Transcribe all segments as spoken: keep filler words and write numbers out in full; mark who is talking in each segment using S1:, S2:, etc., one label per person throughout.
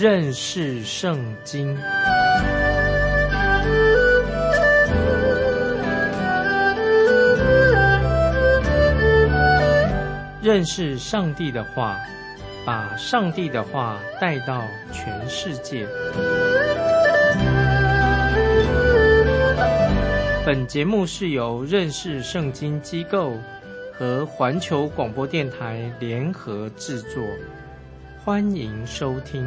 S1: 认识圣经。认识上帝的话，把上帝的话带到全世界。本节目是由认识圣经机构和环球广播电台联合制作，欢迎收听。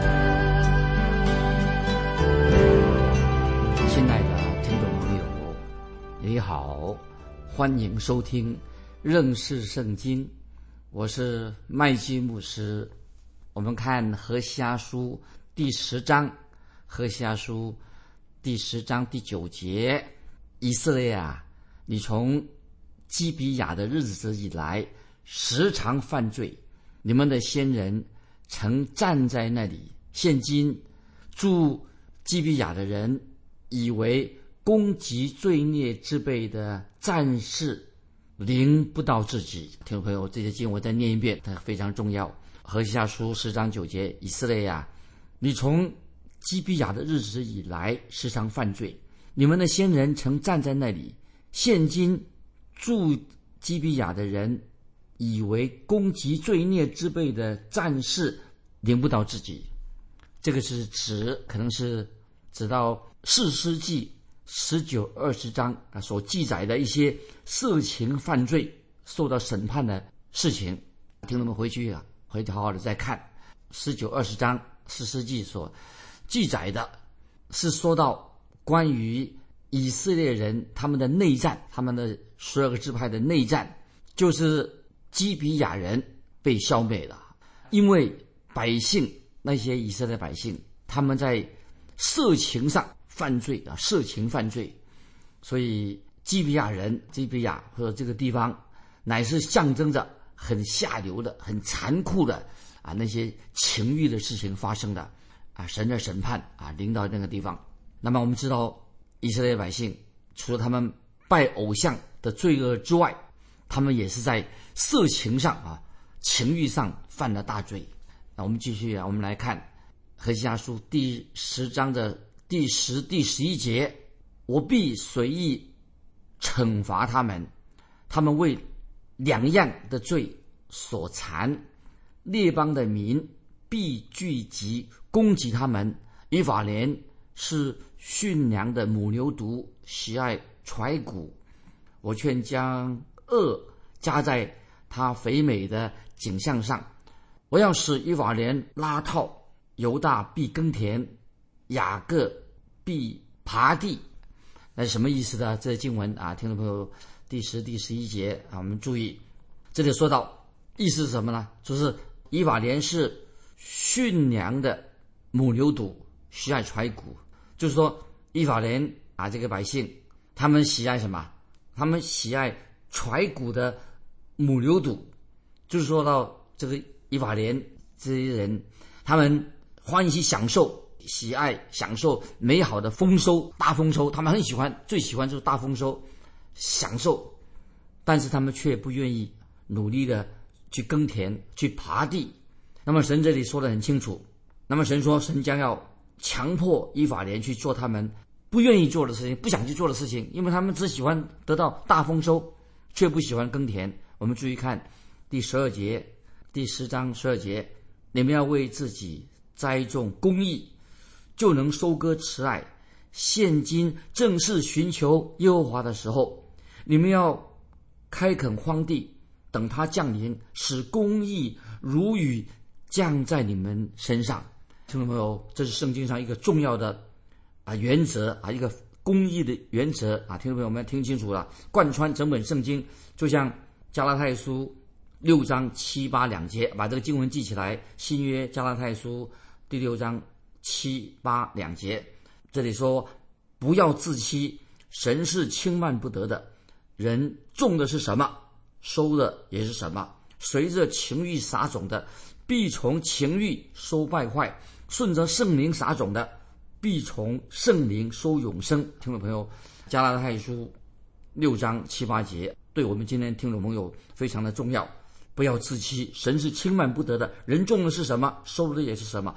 S2: 亲爱的听众朋友，你好，欢迎收听认识圣经，我是麦基牧师。我们看何西阿书第十章，何西阿书第十章第九节，以色列啊，你从基比亚的日子以来时常犯罪，你们的先人曾站在那里，现今住基比亚的人以为攻击罪孽之辈的战士临不到自己。听众朋友，这些经文我再念一遍，它非常重要。何西阿书十章九节，以色列啊，你从基比亚的日子以来时常犯罪，你们的先人曾站在那里，现今住基比亚的人以为攻击罪孽之辈的战士临不到自己。这个是指可能是直到士师记十九二十章啊所记载的一些色情犯罪受到审判的事情。听众们回去啊，回去好好的再看十九二十章士师记所记载的，是说到关于以色列人他们的内战，他们的十二个支派的内战，就是基比亚人被消灭了。因为百姓，那些以色列百姓，他们在色情上犯罪啊，色情犯罪，所以基比亚人，基比亚或者这个地方，乃是象征着很下流的、很残酷的啊那些情欲的事情发生的啊，神的审判啊临到那个地方。那么我们知道，以色列百姓除了他们拜偶像的罪恶之外，他们也是在色情上啊、情欲上犯了大罪。那我们继续啊，我们来看何西阿书第十章的第十、第十一节：我必随意惩罚他们，他们为两样的罪所缠，列邦的民必聚集攻击他们。以法莲是驯良的母牛犊，喜爱揣骨，我劝将恶加在他肥美的景象上。我要使以法莲拉套，犹大必耕田，雅各必耙地。那是什么意思呢？这经文啊，听众朋友，第十、第十一节啊，我们注意，这里说到意思是什么呢？就是以法莲是驯良的母牛犊，喜爱揣骨，就是说以法莲啊，这个百姓他们喜爱什么？他们喜爱揣骨的母牛犊，就是说到这个以法莲这些人，他们欢喜享受。喜爱享受美好的丰收，大丰收，他们很喜欢，最喜欢就是大丰收，享受，但是他们却不愿意努力的去耕田，去耙地。那么神这里说得很清楚，那么神说，神将要强迫以法莲去做他们不愿意做的事情，不想去做的事情，因为他们只喜欢得到大丰收，却不喜欢耕田。我们注意看第十二节，第十章十二节，你们要为自己栽种公义，就能收割慈爱。现今正是寻求耶和华的时候，你们要开垦荒地，等他降临，使公义如雨降在你们身上。听众朋友，这是圣经上一个重要的啊原则啊，一个公义的原则啊。听众朋友们听清楚了，贯穿整本圣经，就像加拉太书六章七八两节，把这个经文记起来。新约加拉太书第六章七八两节，这里说，不要自欺，神是轻慢不得的，人种的是什么，收的也是什么。随着情欲撒种的，必从情欲收败坏；顺着圣灵撒种的，必从圣灵收永生。听众朋友，加拉太书六章七八节对我们今天听众朋友非常的重要。不要自欺，神是轻慢不得的，人种的是什么，收的也是什么。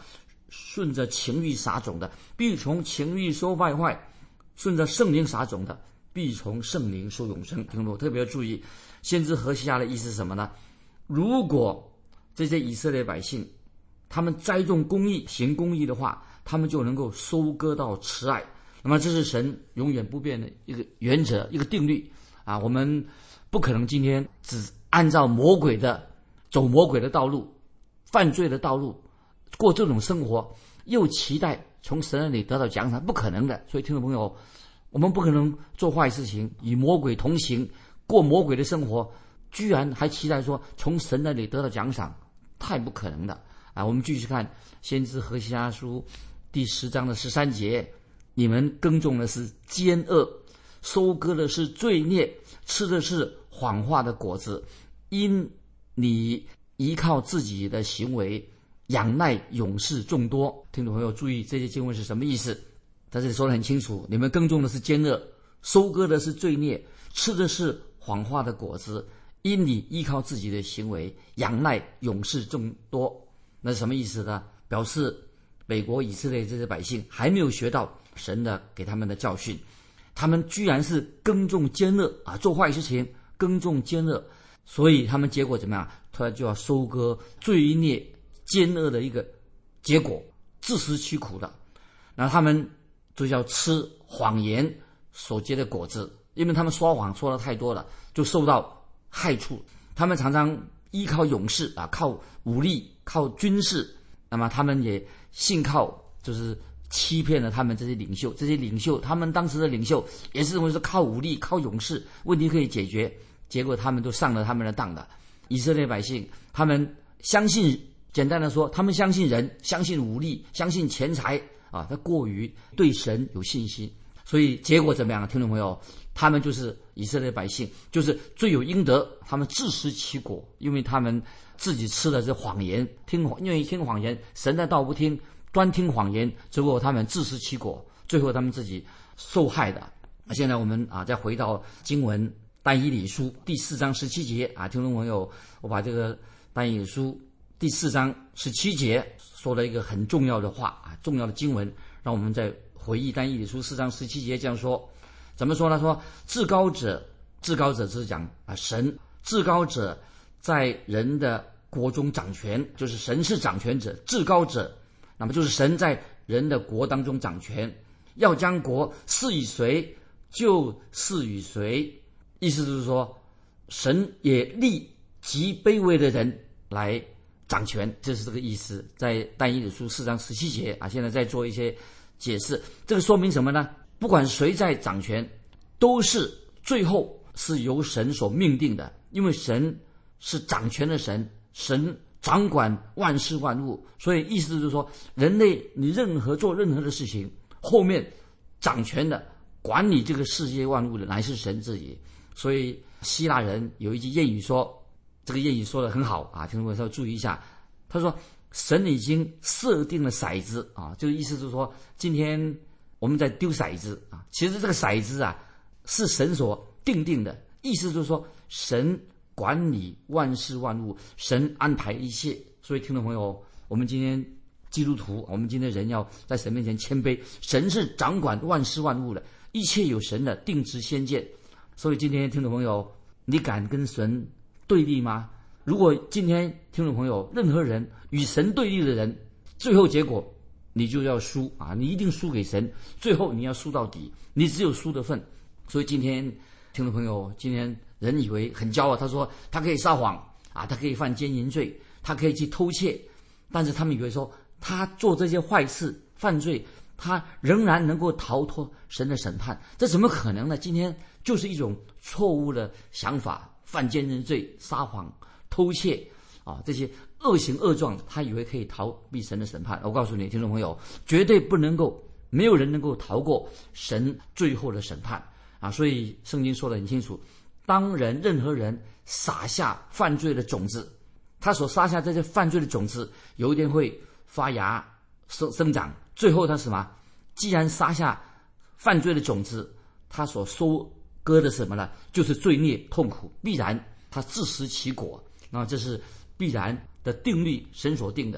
S2: 顺着情欲撒种的，必从情欲收败坏；顺着圣灵撒种的，必从圣灵收永生。听众特别要注意，先知何西阿的意思是什么呢？如果这些以色列百姓他们栽种公义，行公义的话，他们就能够收割到慈爱。那么这是神永远不变的一个原则，一个定律啊！我们不可能今天只按照魔鬼的走魔鬼的道路，犯罪的道路过这种生活，又期待从神那里得到奖赏，不可能的。所以听众朋友，我们不可能做坏事情，与魔鬼同行，过魔鬼的生活，居然还期待说从神那里得到奖赏，太不可能了啊！我们继续看先知何西阿书第十章的十三节，你们耕种的是奸恶，收割的是罪孽，吃的是谎话的果子，因你依靠自己的行为，仰赖勇士众多。听众朋友注意，这些经文是什么意思？在这里说得很清楚，你们耕种的是奸恶，收割的是罪孽，吃的是谎话的果子，因你依靠自己的行为，仰赖勇士众多。那是什么意思呢？表示美国以色列这些百姓还没有学到神的给他们的教训，他们居然是耕种奸恶啊，做坏事情，耕种奸恶，所以他们结果怎么样？他就要收割罪孽奸恶的一个结果，自食其苦的。然后他们就要吃谎言所结的果子，因为他们说谎说的太多了，就受到害处。他们常常依靠勇士啊，靠武力，靠军事，那么他们也信靠，就是欺骗了他们这些领袖。这些领袖，他们当时的领袖也是认为是靠武力、靠勇士，问题可以解决，结果他们都上了他们的当的。以色列百姓，他们相信，简单的说，他们相信人，相信武力，相信钱财啊，他过于对神有信心，所以结果怎么样？听众朋友，他们就是以色列百姓，就是罪有应得，他们自食其果，因为他们自己吃的是谎言，听愿意听谎言，神的道不听，专听谎言，结果他们自食其果，最后他们自己受害的。现在我们啊，再回到经文但以理书第四章十七节啊，听众朋友，我把这个但以理书第四章十七节说了一个很重要的话啊，重要的经文，让我们再回忆但以理书四章十七节这样说，怎么说呢？说至高者，至高者就是讲啊神，至高者在人的国中掌权，就是神是掌权者，至高者，那么就是神在人的国当中掌权，要将国赐与谁就赐与谁，意思就是说，神也立极卑微的人来掌权，这是这个意思。在但以理书四章十七节啊，现在再做一些解释。这个说明什么呢？不管谁在掌权，都是最后是由神所命定的，因为神是掌权的神，神掌管万事万物，所以意思就是说，人类你任何做任何的事情，后面掌权的管理这个世界万物的乃是神自己。所以希腊人有一句谚语说，这个谚语说得很好啊，听众朋友要注意一下。他说神已经设定了骰子啊，这个意思就是说，今天我们在丢骰子啊，其实这个骰子啊是神所定定的，意思就是说神管理万事万物，神安排一切。所以听众朋友，我们今天基督徒，我们今天人要在神面前谦卑，神是掌管万事万物的，一切有神的定旨先见。所以今天听众朋友，你敢跟神对立吗？如果今天听众朋友任何人与神对立的人，最后结果你就要输啊！你一定输给神，最后你要输到底，你只有输的份。所以今天听众朋友，今天人以为很骄傲，他说他可以撒谎啊，他可以犯奸淫罪，他可以去偷窃，但是他们以为说他做这些坏事犯罪，他仍然能够逃脱神的审判，这怎么可能呢？今天就是一种错误的想法，犯奸淫罪、撒谎、偷窃啊，这些恶行恶状，他以为可以逃避神的审判。我告诉你，听众朋友，绝对不能够，没有人能够逃过神最后的审判啊！所以圣经说得很清楚，当人任何人撒下犯罪的种子，他所撒下这些犯罪的种子，有一天会发芽生生长，最后他什么？既然撒下犯罪的种子，他所收割的什么呢？就是罪孽痛苦，必然他自食其果。那这是必然的定律，神所定的。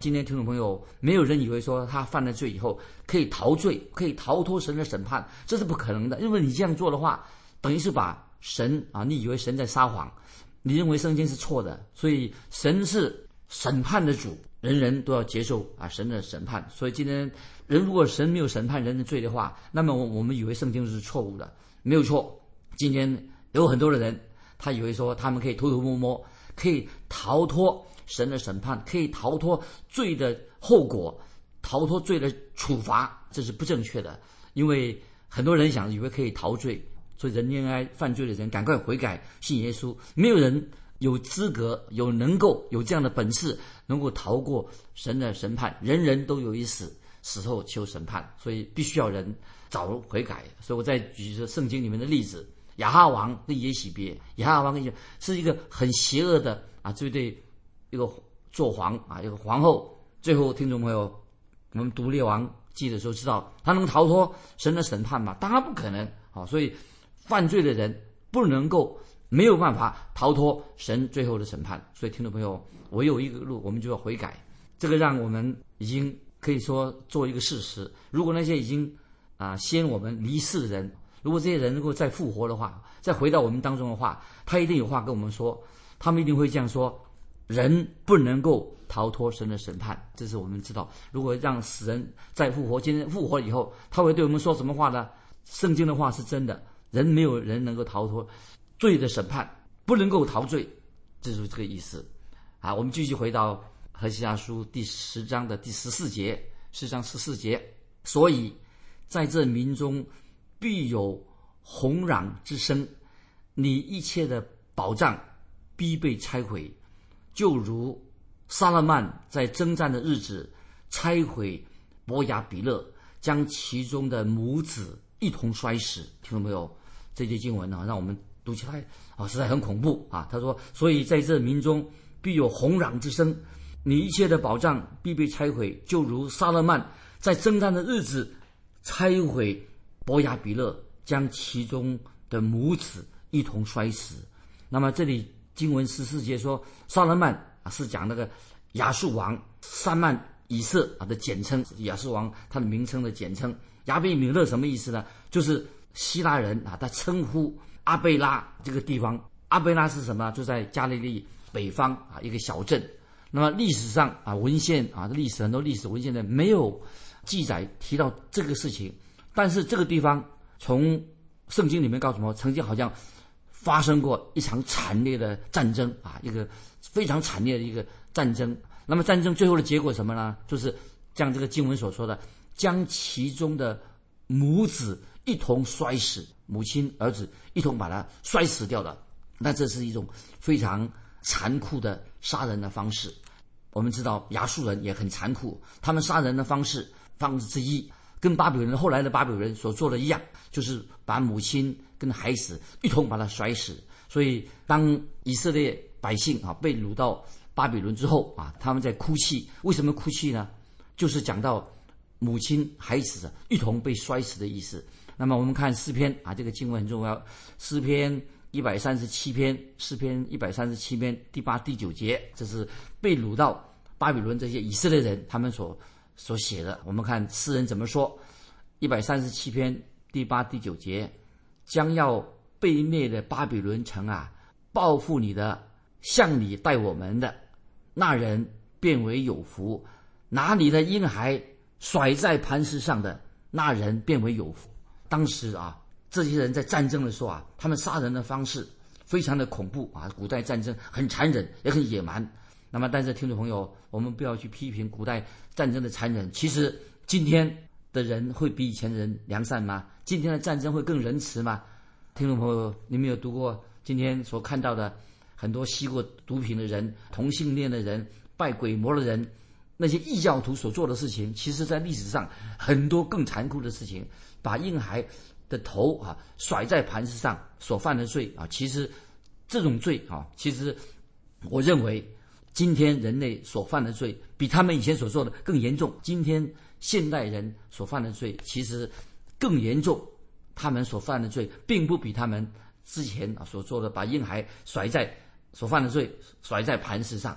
S2: 今天听众朋友，没有人以为说他犯了罪以后可以逃罪，可以逃脱神的审判，这是不可能的。因为你这样做的话，等于是把神啊，你以为神在撒谎，你认为圣经是错的，所以神是审判的主，人人都要接受啊神的审判。所以今天人如果神没有审判人的罪的话，那么我们以为圣经是错误的，没有错。今天有很多的人，他以为说他们可以偷偷摸摸，可以逃脱神的审判，可以逃脱罪的后果，逃脱罪的处罚，这是不正确的。因为很多人想以为可以逃罪，所以人应该犯罪的人赶快悔改信耶稣。没有人有资格有能够有这样的本事能够逃过神的审判，人人都有一死，死后求审判，所以必须要人早悔改。所以我再举这圣经里面的例子，亚哈王跟耶洗别，亚哈王跟是一个很邪恶的啊，对对一个做皇啊，一个皇后，最后听众朋友，我们读列王记的时候知道，他能逃脱神的审判吗？当然不可能啊！所以犯罪的人不能够没有办法逃脱神最后的审判。所以听众朋友，唯有一个路，我们就要悔改。这个让我们已经可以说做一个事实。如果那些已经啊先我们离世的人，如果这些人能够再复活的话，再回到我们当中的话，他一定有话跟我们说，他们一定会这样说：人不能够逃脱神的审判。这是我们知道，如果让死人再复活，今天复活以后，他会对我们说什么话呢？圣经的话是真的，人没有人能够逃脱罪的审判，不能够逃罪，这就是这个意思啊。我们继续回到何西阿书第十章的第十四节，十章十四节，所以在这民中必有哄嚷之声，你一切的保障必被拆毁，就如撒勒曼在征战的日子拆毁伯亚比勒，将其中的母子一同摔死。听到没有？这节经文呢、啊，让我们读起来啊，实在很恐怖啊。他说，所以在这民中必有哄嚷之声，你一切的保障必被拆毁，就如撒勒曼在征战的日子拆毁伯亚比勒，将其中的母子一同摔死。那么这里经文十四节说，撒勒曼啊是讲那个亚述王撒曼以色啊的简称，亚述王他的名称的简称。亚比米勒什么意思呢？就是希腊人啊，他称呼阿贝拉这个地方。阿贝拉是什么？就在加利利北方啊一个小镇。那么历史上啊文献啊历史很多历史文献的没有记载提到这个事情，但是这个地方从圣经里面告诉我们，曾经好像发生过一场惨烈的战争啊，一个非常惨烈的一个战争。那么战争最后的结果什么呢？就是像这个经文所说的，将其中的母子一同摔死，母亲儿子一同把他摔死掉的。那这是一种非常残酷的杀人的方式。我们知道亚述人也很残酷，他们杀人的方式方式之一跟巴比伦后来的巴比伦人所做的一样，就是把母亲跟孩子一同把他摔死。所以当以色列百姓啊被掳到巴比伦之后啊，他们在哭泣。为什么哭泣呢？就是讲到母亲孩子一同被摔死的意思。那么我们看诗篇啊，这个经文很重要，诗篇一百三十七篇，诗篇一百三十七篇第八第九节，这是被掳到巴比伦这些以色列人他们所所写的。我们看诗人怎么说，一百三十七篇第八第九节，将要被灭的巴比伦城啊，报复你的，向你待我们的那人变为有福，拿你的婴孩甩在磐石上的那人变为有福。当时啊，这些人在战争的时候啊，他们杀人的方式非常的恐怖啊，古代战争很残忍也很野蛮。那么但是听众朋友，我们不要去批评古代战争的残忍，其实今天的人会比以前的人良善吗？今天的战争会更仁慈吗？听众朋友，你们有读过今天所看到的很多吸过毒品的人、同性恋的人、拜鬼魔的人，那些异教徒所做的事情，其实在历史上很多更残酷的事情，把婴孩的头啊甩在磐石上所犯的罪啊，其实这种罪啊，其实我认为今天人类所犯的罪比他们以前所做的更严重。今天现代人所犯的罪其实更严重，他们所犯的罪并不比他们之前所做的把婴孩甩在所犯的罪甩在磐石上。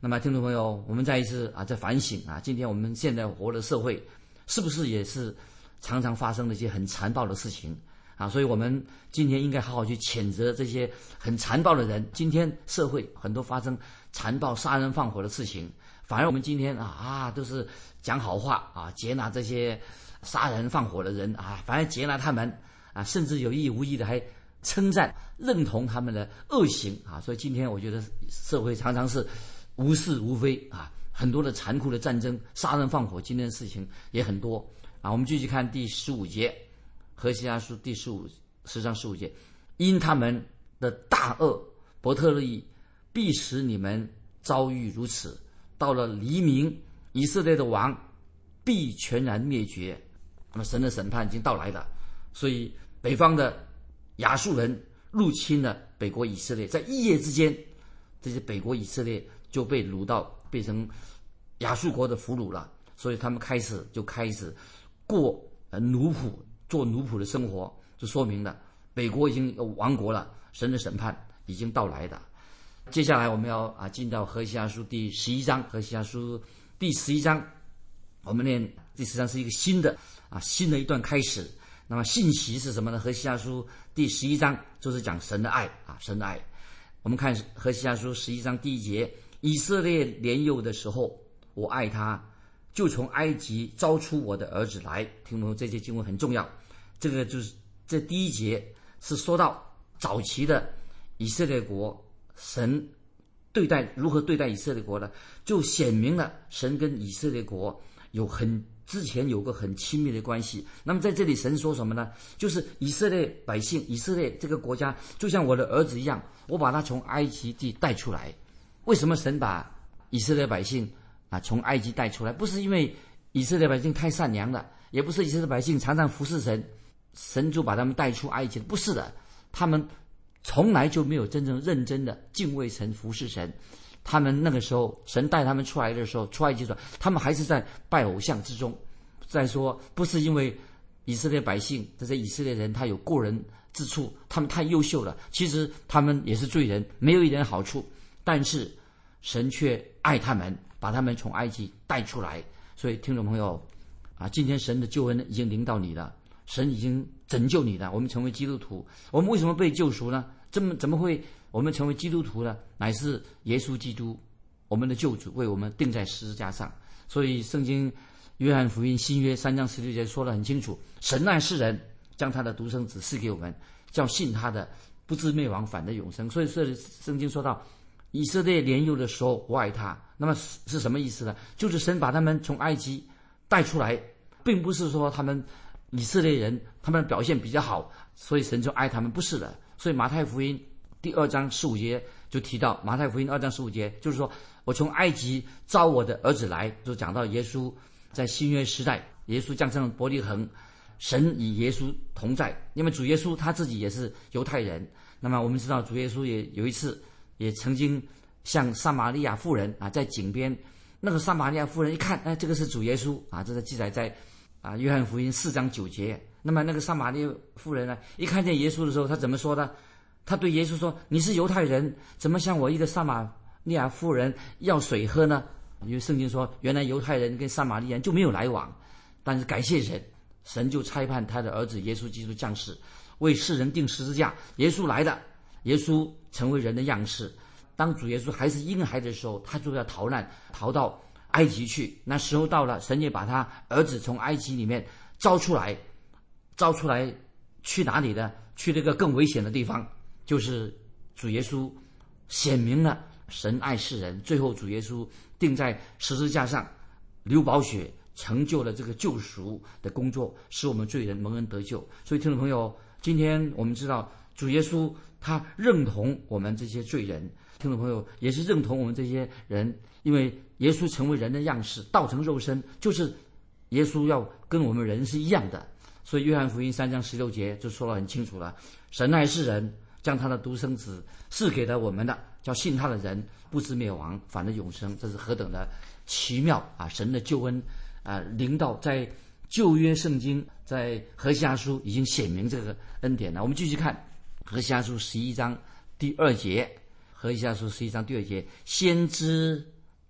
S2: 那么听众朋友，我们再一次啊在反省啊，今天我们现在活的社会是不是也是常常发生了一些很残暴的事情啊？所以我们今天应该好好去谴责这些很残暴的人。今天社会很多发生残暴杀人放火的事情，反而我们今天啊啊都是讲好话啊，接纳这些杀人放火的人啊，反而接纳他们啊，甚至有意无意的还称赞认同他们的恶行啊。所以今天我觉得社会常常是无是无非啊，很多的残酷的战争、杀人放火，今天的事情也很多啊。我们继续看第十五节，何西阿书第十五十章十五节，因他们的大恶，伯特利必使你们遭遇如此。到了黎明，以色列的王必全然灭绝。那么神的审判已经到来了，所以北方的亚述人入侵了北国以色列，在一夜之间，这些北国以色列就被掳到变成亚述国的俘虏了，所以他们开始就开始过呃奴仆做奴仆的生活，就说明了北国已经亡国了，神的审判已经到来的。接下来我们要啊进到何西阿书第十一章，何西阿书第十一章，我们念第十章是一个新的啊新的一段开始。那么信息是什么呢？何西阿书第十一章就是讲神的爱啊，神的爱。我们看何西阿书十一章第一节，以色列年幼的时候，我爱他，就从埃及招出我的儿子来。听懂这些经文很重要，这个就是这第一节是说到早期的以色列国，神对待如何对待以色列国呢？就显明了神跟以色列国有很之前有个很亲密的关系。那么在这里神说什么呢？就是以色列百姓，以色列这个国家就像我的儿子一样，我把他从埃及地带出来。为什么神把以色列百姓啊从埃及带出来？不是因为以色列百姓太善良了，也不是以色列百姓常常服侍神，神就把他们带出埃及，不是的，他们从来就没有真正认真的敬畏神、服侍神。他们那个时候神带他们出来的时候，出埃及的时候，他们还是在拜偶像之中。再说不是因为以色列百姓这些以色列人他有过人之处，他们太优秀了，其实他们也是罪人，没有一点好处，但是神却爱他们，把他们从埃及带出来。所以听众朋友啊，今天神的救恩已经临到你了，神已经拯救你了。我们成为基督徒，我们为什么被救赎呢？怎么怎么会我们成为基督徒呢？乃是耶稣基督我们的救主为我们钉在十字架上。所以圣经约翰福音新约三章十六节说得很清楚，神爱世人，将他的独生子赐给我们，叫信他的不至灭亡，反得永生。所以这里圣经说到以色列年幼的时候我爱他，那么是什么意思呢？就是神把他们从埃及带出来，并不是说他们以色列人他们的表现比较好，所以神就爱他们，不是的。所以马太福音第二章十五节就提到，马太福音二章十五节就是说，我从埃及招我的儿子来，就讲到耶稣在新约时代，耶稣降生伯利恒，神与耶稣同在。因为主耶稣他自己也是犹太人，那么我们知道主耶稣也有一次也曾经向撒玛利亚妇人啊在井边，那个撒玛利亚妇人一看，哎，这个是主耶稣啊，这个记载在啊约翰福音四章九节。那么那个撒玛利亚妇人呢，一看见耶稣的时候，他怎么说呢？他对耶稣说：“你是犹太人，怎么向我一个撒玛利亚妇人要水喝呢？”因为圣经说，原来犹太人跟撒玛利亚人就没有来往，但是感谢神，神就差派他的儿子耶稣基督降世，为世人钉十字架。耶稣来的，耶稣成为人的样式。当主耶稣还是婴孩的时候，他就要逃难，逃到埃及去。那时候到了，神也把他儿子从埃及里面招出来，招出来去哪里呢？去那个更危险的地方，就是主耶稣显明了神爱世人，最后主耶稣钉在十字架上，流宝血，成就了这个救赎的工作，使我们罪人蒙恩得救。所以听众朋友，今天我们知道主耶稣他认同我们这些罪人，听众朋友也是认同我们这些人，因为耶稣成为人的样式，道成肉身，就是耶稣要跟我们人是一样的。所以约翰福音三章十六节就说得很清楚了，神爱世人，将他的独生子赐给了我们的，叫信他的人不至灭亡，反得永生。这是何等的奇妙啊！神的救恩啊，临到在旧约圣经，在何西阿书已经显明这个恩典了。我们继续看何西阿书十一章第二节，何西阿书十一章第二节，先知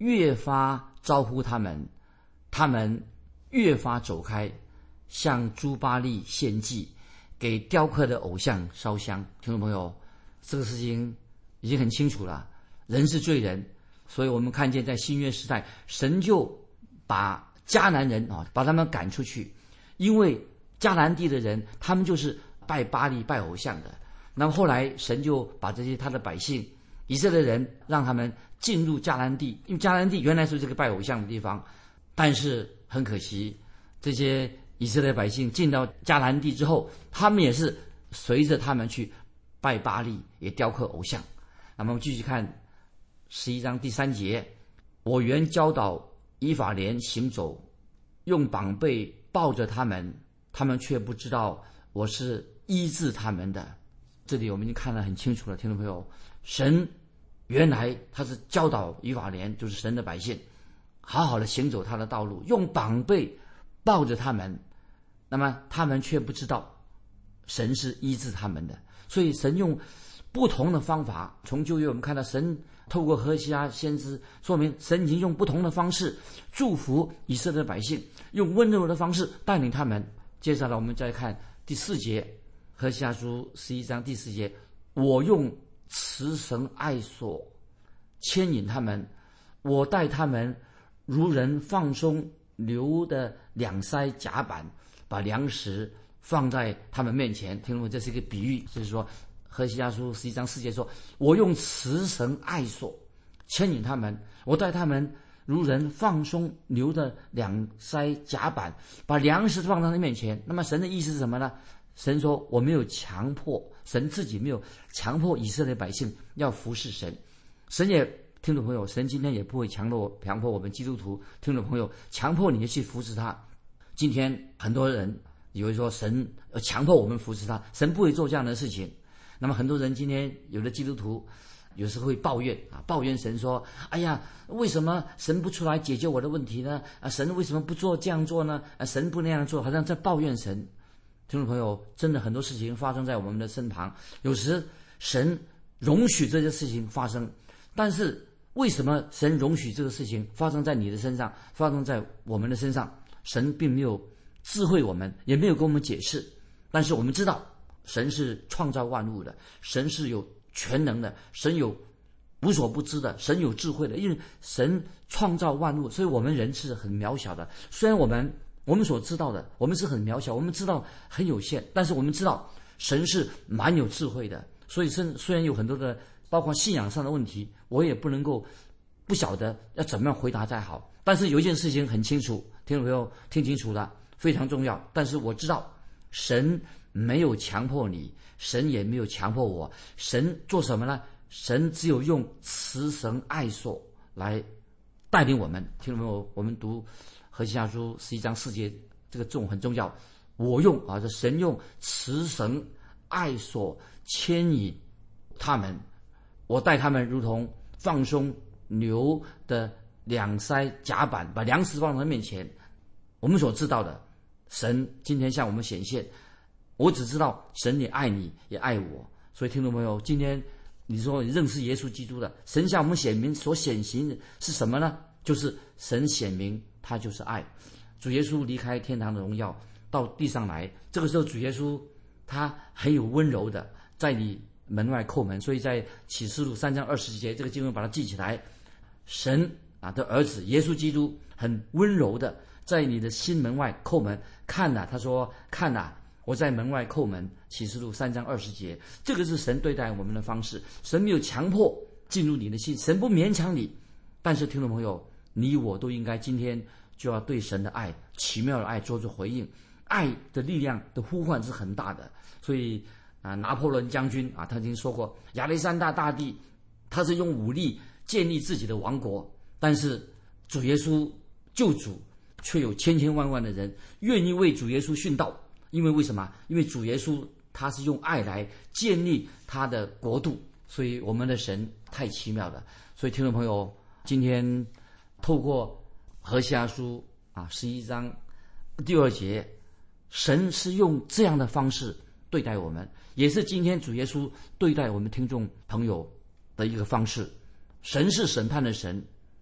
S2: 越发招呼他们，他们越发走开，向朱巴利献祭，给雕刻的偶像烧香。听众朋友，这个事情已经很清楚了，人是罪人，所以我们看见在新约时代，神就把迦南人啊，把他们赶出去，因为迦南地的人他们就是拜巴力拜偶像的。那么后来神就把这些他的百姓以色列人让他们进入迦南地，因为迦南地原来是这个拜偶像的地方，但是很可惜，这些以色列百姓进到迦南地之后，他们也是随着他们去拜巴力，也雕刻偶像。那么我们继续看十一章第三节，我原教导以法莲行走，用膀臂抱着他们，他们却不知道我是医治他们的。这里我们已经看得很清楚了，听众朋友，神原来他是教导以法莲，就是神的百姓，好好的行走他的道路，用膀臂抱着他们，那么他们却不知道神是医治他们的。所以神用不同的方法，从旧约我们看到神透过何西阿先知，说明神已经用不同的方式祝福以色列百姓，用温柔的方式带领他们。接下来我们再看第四节，何西阿书十一章第四节，我用慈绳爱索牵引他们，我带他们如人放松牛的两腮甲板，把粮食放在他们面前。听懂吗？这是一个比喻，就是说何西阿书十一章四节说，我用慈绳爱索牵引他们，我带他们如人放松牛的两腮甲板，把粮食放在他们面前。那么神的意思是什么呢？神说我没有强迫，神自己没有强迫以色列百姓要服侍神。神也听众朋友，神今天也不会强迫强迫我们基督徒听众朋友强迫你去服侍他。今天很多人以为说神强迫我们服侍他，神不会做这样的事情。那么很多人今天有的基督徒有时候会抱怨啊，抱怨神说，哎呀，为什么神不出来解决我的问题呢？啊，神为什么不做这样做呢？啊，神不那样做，好像在抱怨神。听众朋友，真的很多事情发生在我们的身旁，有时神容许这些事情发生，但是为什么神容许这个事情发生在你的身上，发生在我们的身上？神并没有智慧我们，也没有跟我们解释，但是我们知道神是创造万物的，神是有全能的，神有无所不知的，神有智慧的，因为神创造万物，所以我们人是很渺小的。虽然我们我们所知道的我们是很渺小，我们知道很有限，但是我们知道神是蛮有智慧的。所以虽然有很多的包括信仰上的问题，我也不能够不晓得要怎么样回答才好，但是有一件事情很清楚，听众朋友听清楚了，非常重要。但是我知道神没有强迫你，神也没有强迫我。神做什么呢？神只有用慈绳爱索来带领我们。听众朋友，我们读何西阿书十一章四节，这个重很重要。我用啊，这神用慈绳爱索牵引他们，我带他们如同放松牛的两腮甲板，把粮食放在他面前。我们所知道的，神今天向我们显现，我只知道神也爱你，也爱我。所以听众朋友，今天你说你认识耶稣基督的，神向我们显明所显行的是什么呢？就是神显明他就是爱。主耶稣离开天堂的荣耀到地上来，这个时候主耶稣他很有温柔的在你门外叩门。所以在启示录三章二十节，这个经文把它记起来，神啊的儿子耶稣基督很温柔的在你的心门外叩门。看哪，他说看哪，我在门外叩门。启示录三章二十节，这个是神对待我们的方式。神没有强迫进入你的心，神不勉强你。但是听众朋友，你我都应该今天就要对神的爱，奇妙的爱做出回应。爱的力量的呼唤是很大的。所以啊，拿破仑将军啊，他曾经说过，亚历山大大帝他是用武力建立自己的王国，但是主耶稣救主却有千千万万的人愿意为主耶稣殉道。因为为什么？因为主耶稣他是用爱来建立他的国度。所以我们的神太奇妙了。所以听众朋友，今天透过何西阿书啊十一章第二节，神是用这样的方式对待我们，也是今天主耶稣对待我们听众朋友的一个方式。神是审判的神，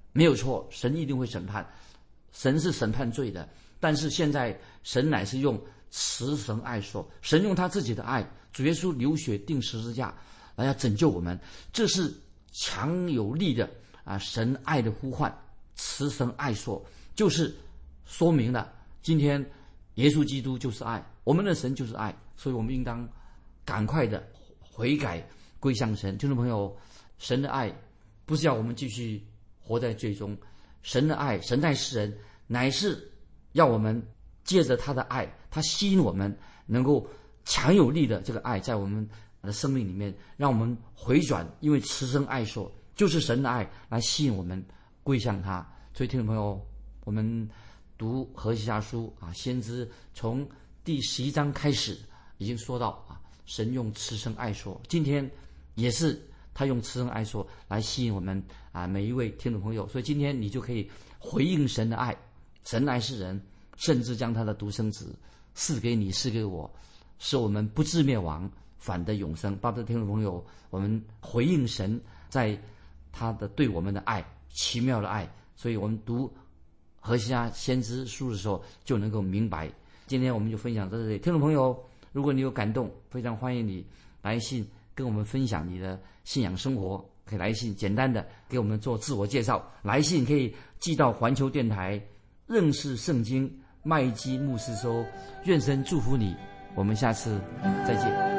S2: 没有错，神一定会审判，神是审判罪的。但是现在神乃是用慈神爱说，神用他自己的爱，主耶稣流血钉十字架来要拯救我们，这是强有力的啊神爱的呼唤。慈神爱说就是说明了今天耶稣基督就是爱，我们的神就是爱，所以我们应当赶快的悔改归向神。听众朋友，神的爱不是要我们继续活在罪中，神的爱，神爱世人，乃是要我们借着他的爱，他吸引我们能够强有力的这个爱在我们的生命里面，让我们回转，因为慈神爱说就是神的爱来吸引我们归向他。所以听众朋友，我们读何西阿书啊，先知从第十一章开始已经说到啊，神用慈神爱说，今天也是他用慈神爱说来吸引我们啊每一位听众朋友。所以今天你就可以回应神的爱，神爱世人，甚至将他的独生子赐给你，赐给我，使我们不至灭亡，反得永生。巴不得听众朋友，我们回应神在他的对我们的爱，奇妙的爱。所以我们读何西阿先知书的时候就能够明白。今天我们就分享到这里，听众朋友，如果你有感动，非常欢迎你来信跟我们分享你的信仰生活，可以来信简单的给我们做自我介绍，来信可以寄到环球电台认识圣经麦基牧师收。愿神祝福你，我们下次再见。